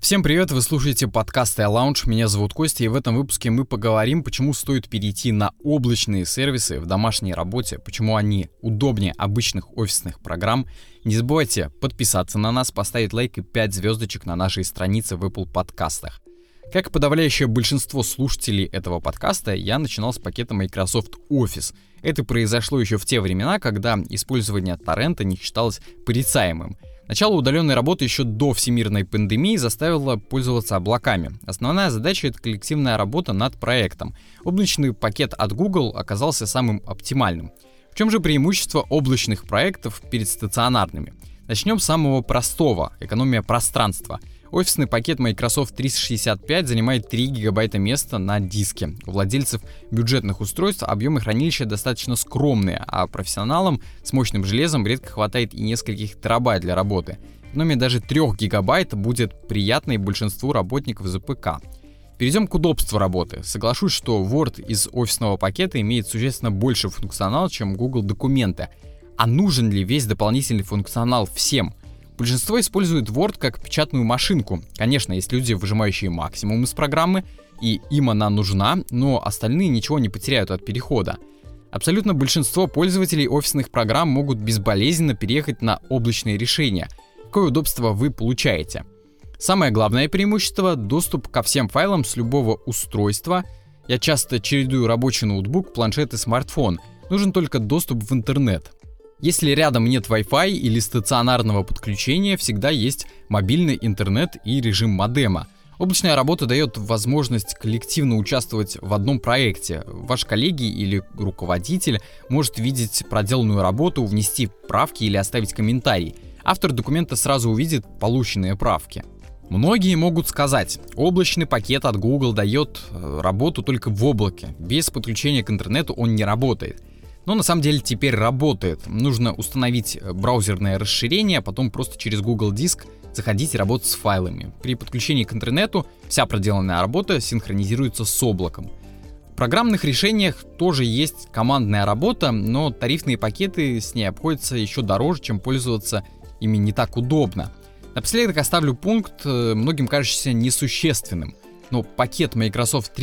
Всем привет, вы слушаете подкаст iLounge, меня зовут Костя, и в этом выпуске мы поговорим, почему стоит перейти на облачные сервисы в домашней работе, почему они удобнее обычных офисных программ. Не забывайте подписаться на нас, поставить лайк и 5 звездочек на нашей странице в Apple подкастах. Как и подавляющее большинство слушателей этого подкаста, я начинал с пакета Microsoft Office. Это произошло еще в те времена, когда использование торрента не считалось порицаемым. Начало удаленной работы еще до всемирной пандемии заставило пользоваться облаками. Основная задача — это коллективная работа над проектом. Облачный пакет от Google оказался самым оптимальным. В чем же преимущество облачных проектов перед стационарными? Начнем с самого простого — экономия пространства. Офисный пакет Microsoft 365 занимает 3 гигабайта места на диске. У владельцев бюджетных устройств объемы хранилища достаточно скромные, а профессионалам с мощным железом редко хватает и нескольких терабайт для работы. Экономия даже 3 гигабайт будет приятной большинству работников ЗПК. Перейдем к удобству работы. Соглашусь, что Word из офисного пакета имеет существенно больше функционала, чем Google документы. А нужен ли весь дополнительный функционал всем? Большинство использует Word как печатную машинку. Конечно, есть люди, выжимающие максимум из программы, и им она нужна, но остальные ничего не потеряют от перехода. Абсолютно большинство пользователей офисных программ могут безболезненно переехать на облачные решения. Какое удобство вы получаете? Самое главное преимущество — доступ ко всем файлам с любого устройства. Я часто чередую рабочий ноутбук, планшет и смартфон. Нужен только доступ в интернет. Если рядом нет Wi-Fi или стационарного подключения, всегда есть мобильный интернет и режим модема. Облачная работа дает возможность коллективно участвовать в одном проекте. Ваш коллеги или руководитель может видеть проделанную работу, внести правки или оставить комментарий. Автор документа сразу увидит полученные правки. Многие могут сказать, облачный пакет от Google дает работу только в облаке. Без подключения к интернету он не работает. Но на самом деле теперь работает. Нужно установить браузерное расширение, а потом просто через Google Диск заходить и работать с файлами. При подключении к интернету вся проделанная работа синхронизируется с облаком. В программных решениях тоже есть командная работа, но тарифные пакеты с ней обходятся еще дороже, чем пользоваться ими не так удобно. Напоследок оставлю пункт, многим кажущийся несущественным. Но пакет Microsoft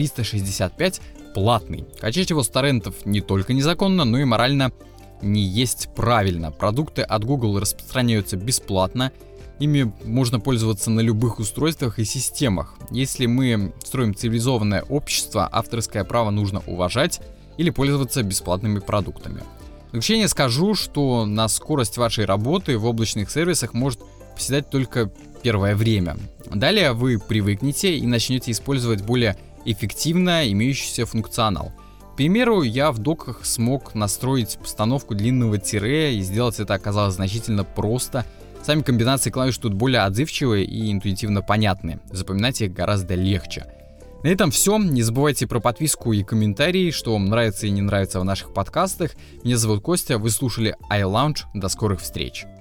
365 платный. Качать его с торрентов не только незаконно, но и морально не есть правильно. Продукты от Google распространяются бесплатно. Ими можно пользоваться на любых устройствах и системах. Если мы строим цивилизованное общество, авторское право нужно уважать или пользоваться бесплатными продуктами. В заключение скажу, что на скорость вашей работы в облачных сервисах может поседать только первое время. Далее вы привыкнете и начнете использовать более эффективно имеющийся функционал. К примеру, я в доках смог настроить постановку длинного тире, и сделать это оказалось значительно просто. Сами комбинации клавиш тут более отзывчивые и интуитивно понятные. Запоминать их гораздо легче. На этом все. Не забывайте про подписку и комментарии, что вам нравится и не нравится в наших подкастах. Меня зовут Костя, вы слушали iLounge. До скорых встреч.